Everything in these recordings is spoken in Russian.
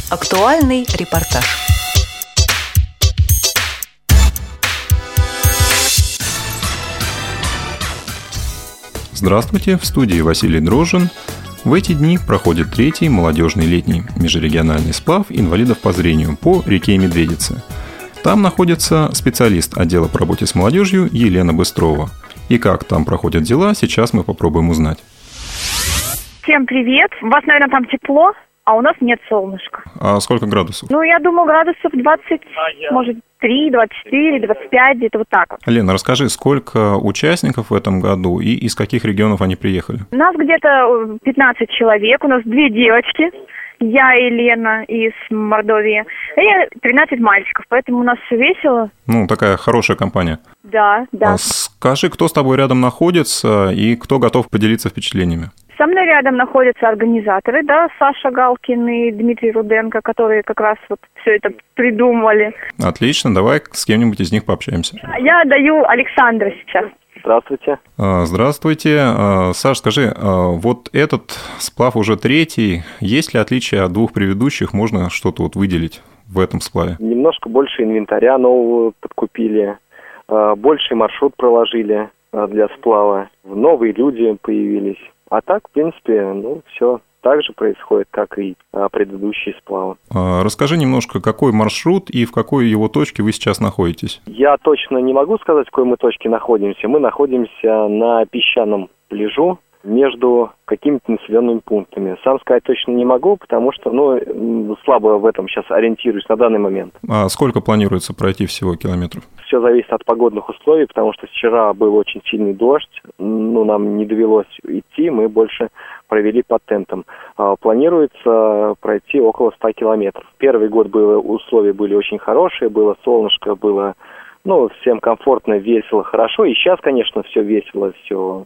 Актуальный репортаж. Здравствуйте, в студии Василий Дрожжин. В эти дни проходит третий молодежный летний межрегиональный сплав инвалидов по зрению по реке Медведице. Там находится специалист отдела по работе с молодежью Елена Быстрова. И как там проходят дела, сейчас мы попробуем узнать. Всем привет. У вас, наверное, там тепло, а у нас нет солнышка. А сколько градусов? Я думаю, градусов 20, может, 3, 24, 25, где-то вот так вот. Лена, расскажи, сколько участников в этом году и из каких регионов они приехали? У нас где-то 15 человек, у нас 2 девочки, я и Лена из Мордовии, и 13 мальчиков, поэтому у нас все весело. Такая хорошая компания. Да. Скажи, кто с тобой рядом находится и кто готов поделиться впечатлениями? Со мной рядом находятся организаторы, Саша Галкин и Дмитрий Руденко, которые как раз вот все это придумали. Отлично, давай с кем-нибудь из них пообщаемся. Я даю Александра сейчас. Здравствуйте. Здравствуйте. Саш, скажи, вот этот сплав уже третий. Есть ли отличия от двух предыдущих? Можно что-то выделить в этом сплаве? Немножко больше инвентаря нового подкупили, больший маршрут проложили для сплава, новые люди появились. А так, в принципе, все так же происходит, как и предыдущие сплавы. Расскажи немножко, какой маршрут и в какой его точке вы сейчас находитесь? Я точно не могу сказать, в какой мы точке находимся. Мы находимся на песчаном пляжу между какими-то населенными пунктами. Сам сказать точно не могу, потому что, слабо в этом сейчас ориентируюсь на данный момент. А сколько планируется пройти всего километров? Все зависит от погодных условий, потому что вчера был очень сильный дождь, нам не довелось идти, мы больше провели под тентом. Планируется пройти около 100 километров. Первый год условия были очень хорошие, было солнышко, было всем комфортно, весело, хорошо. И сейчас, конечно, все весело, все,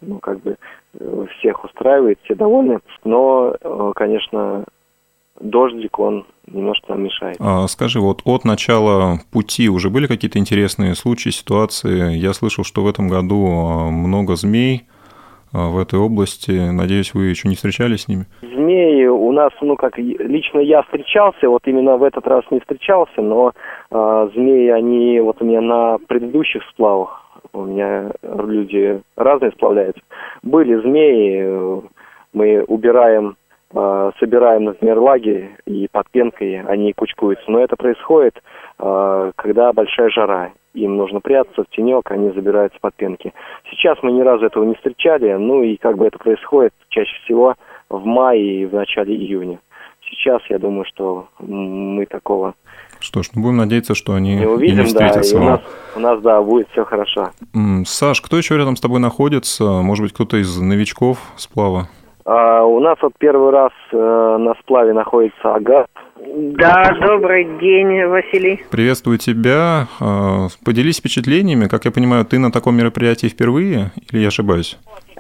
всех устраивает, все довольны. Но, конечно, дождик, он немножко нам мешает. Скажи, от начала пути уже были какие-то интересные случаи, ситуации? Я слышал, что в этом году много змей в этой области. Надеюсь, вы еще не встречались с ними? Змеи у нас, лично я встречался, именно в этот раз не встречался, но змеи, они у меня на предыдущих сплавах, у меня люди разные сплавляются, были змеи, мы убираем, собираем, например, лагерь, и под пенкой они кучкуются, но это происходит, когда большая жара. Им нужно прятаться в тенек, они забираются под пенки. Сейчас мы ни разу этого не встречали, и это происходит чаще всего в мае и в начале июня. Сейчас я думаю, что мы такого Что ж, будем надеяться, что они не увидим, не встретятся. У нас, будет все хорошо. Саш, кто еще рядом с тобой находится? Может быть, кто-то из новичков сплава? У нас первый раз на сплаве находится Агат. Да, добрый день, Василий. Приветствую тебя. Поделись впечатлениями. Как я понимаю, ты на таком мероприятии впервые, или я ошибаюсь?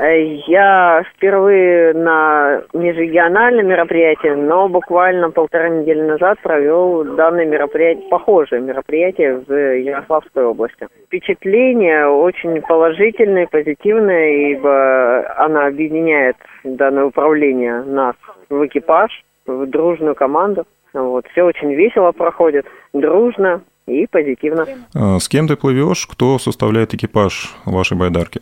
Я впервые на межрегиональном мероприятии, но буквально 1,5 недели назад провел данное мероприятие, похожее мероприятие в Ярославской области. Впечатление очень положительное, позитивное, ибо она объединяет данное управление нас в экипаж, в дружную команду. Все очень весело проходит, дружно и позитивно. С кем ты плывешь? Кто составляет экипаж вашей байдарки?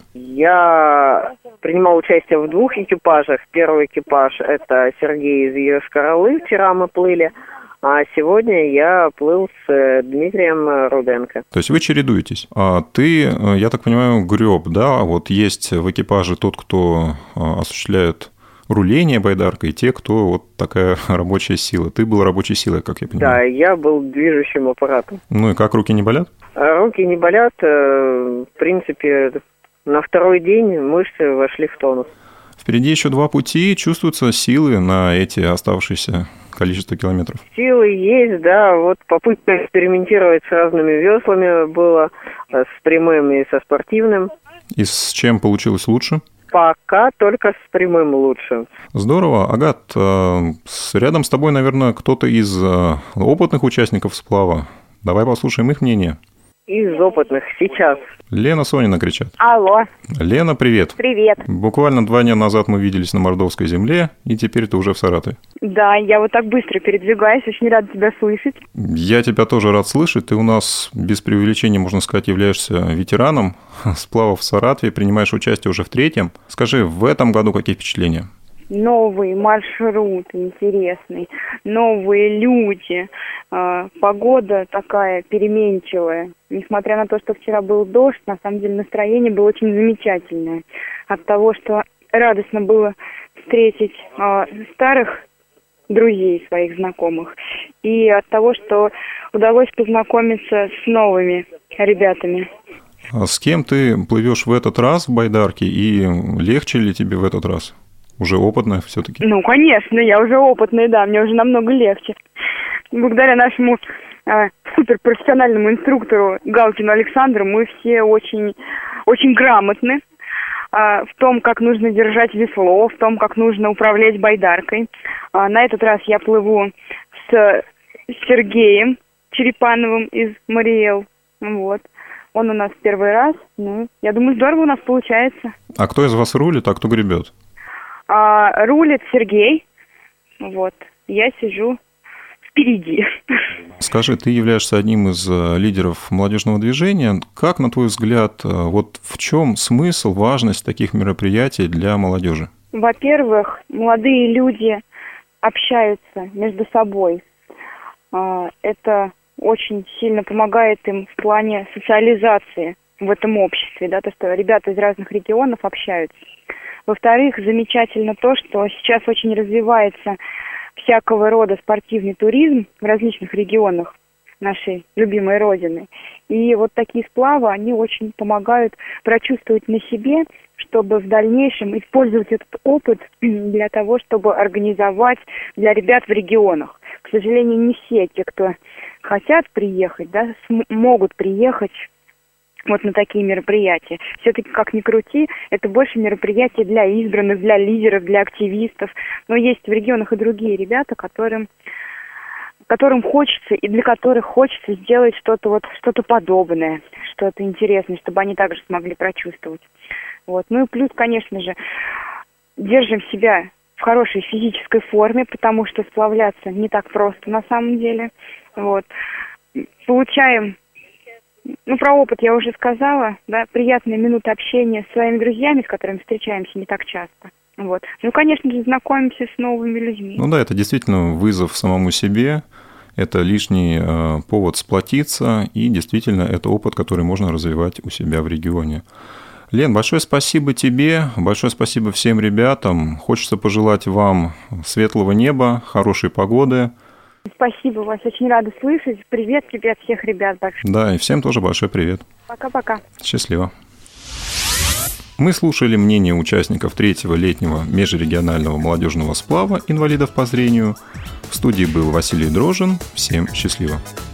Я принимал участие в 2 экипажах. Первый экипаж – это Сергей из Йошкар-Олы. Вчера мы плыли. А сегодня я плыл с Дмитрием Руденко. То есть вы чередуетесь. А ты, я так понимаю, греб, да? Есть в экипаже тот, кто осуществляет руление байдаркой, и те, кто такая рабочая сила. Ты был рабочей силой, как я понимаю. Да, я был движущим аппаратом. И как, руки не болят? Руки не болят. В принципе, на 2-й день мышцы вошли в тонус. Впереди еще 2 пути. Чувствуются силы на эти оставшиеся количество километров? Силы есть, да. Попытка экспериментировать с разными веслами была, с прямым и со спортивным. И с чем получилось лучше? Пока только с прямым лучше. Здорово. Агат, рядом с тобой, наверное, кто-то из опытных участников сплава. Давай послушаем их мнение. из опытных сейчас. Лена, Сонина кричат. Алло. Лена, привет. Привет. Буквально 2 дня назад мы виделись на Мордовской земле, и теперь ты уже в Саратове. Да, я вот так быстро передвигаюсь, очень рада тебя слышать. Я тебя тоже рад слышать. Ты у нас, без преувеличения, можно сказать, являешься ветераном сплавов в Саратове, принимаешь участие уже в 3-м. Скажи, в этом году какие впечатления? Новый маршрут интересный, новые люди, погода такая переменчивая. Несмотря на то, что вчера был дождь, на самом деле настроение было очень замечательное. От того, что радостно было встретить старых друзей, своих знакомых, и от того, что удалось познакомиться с новыми ребятами. А с кем ты плывешь в этот раз в байдарке, и легче ли тебе в этот раз? Уже опытная все-таки? Ну, конечно, я уже опытная, да, мне уже намного легче. Благодаря нашему суперпрофессиональному инструктору Галкину Александру мы все очень, очень грамотны в том, как нужно держать весло, в том, как нужно управлять байдаркой. На этот раз я плыву с Сергеем Черепановым из Мариэл. Вот. Он у нас первый раз. Ну, я думаю, здорово у нас получается. А кто из вас рулит, а кто гребет? Рулит Сергей. Вот. Я сижу впереди. Скажи, ты являешься одним из лидеров молодежного движения. Как, на твой взгляд, вот в чем смысл, важность таких мероприятий для молодежи? Во-первых, молодые люди общаются между собой. Это очень сильно помогает им в плане социализации в этом обществе, да, то, что ребята из разных регионов общаются. Во-вторых, замечательно то, что сейчас очень развивается всякого рода спортивный туризм в различных регионах нашей любимой Родины. И вот такие сплавы, они очень помогают прочувствовать на себе, чтобы в дальнейшем использовать этот опыт для того, чтобы организовать для ребят в регионах. К сожалению, не все те, кто хотят приехать, да, могут приехать вот на такие мероприятия. Все-таки, как ни крути, это больше мероприятия для избранных, для лидеров, для активистов. Но есть в регионах и другие ребята, которым хочется и для которых хочется сделать что-то подобное, что-то интересное, чтобы они также смогли прочувствовать. Вот. Ну и плюс, конечно же, держим себя в хорошей физической форме, потому что сплавляться не так просто на самом деле. Вот. Получаем, про опыт я уже сказала, да, приятные минуты общения с своими друзьями, с которыми встречаемся не так часто. Вот. Ну, конечно же, знакомимся с новыми людьми. Ну да, это действительно вызов самому себе, это лишний повод сплотиться, и действительно это опыт, который можно развивать у себя в регионе. Лен, большое спасибо тебе, большое спасибо всем ребятам. Хочется пожелать вам светлого неба, хорошей погоды. Спасибо, вас очень рада слышать. Привет тебе от всех ребят большой. Да, и всем тоже большой привет. Пока-пока. Счастливо. Мы слушали мнение участников 3-го летнего межрегионального молодежного сплава инвалидов по зрению. В студии был Василий Дрожин. Всем счастливо.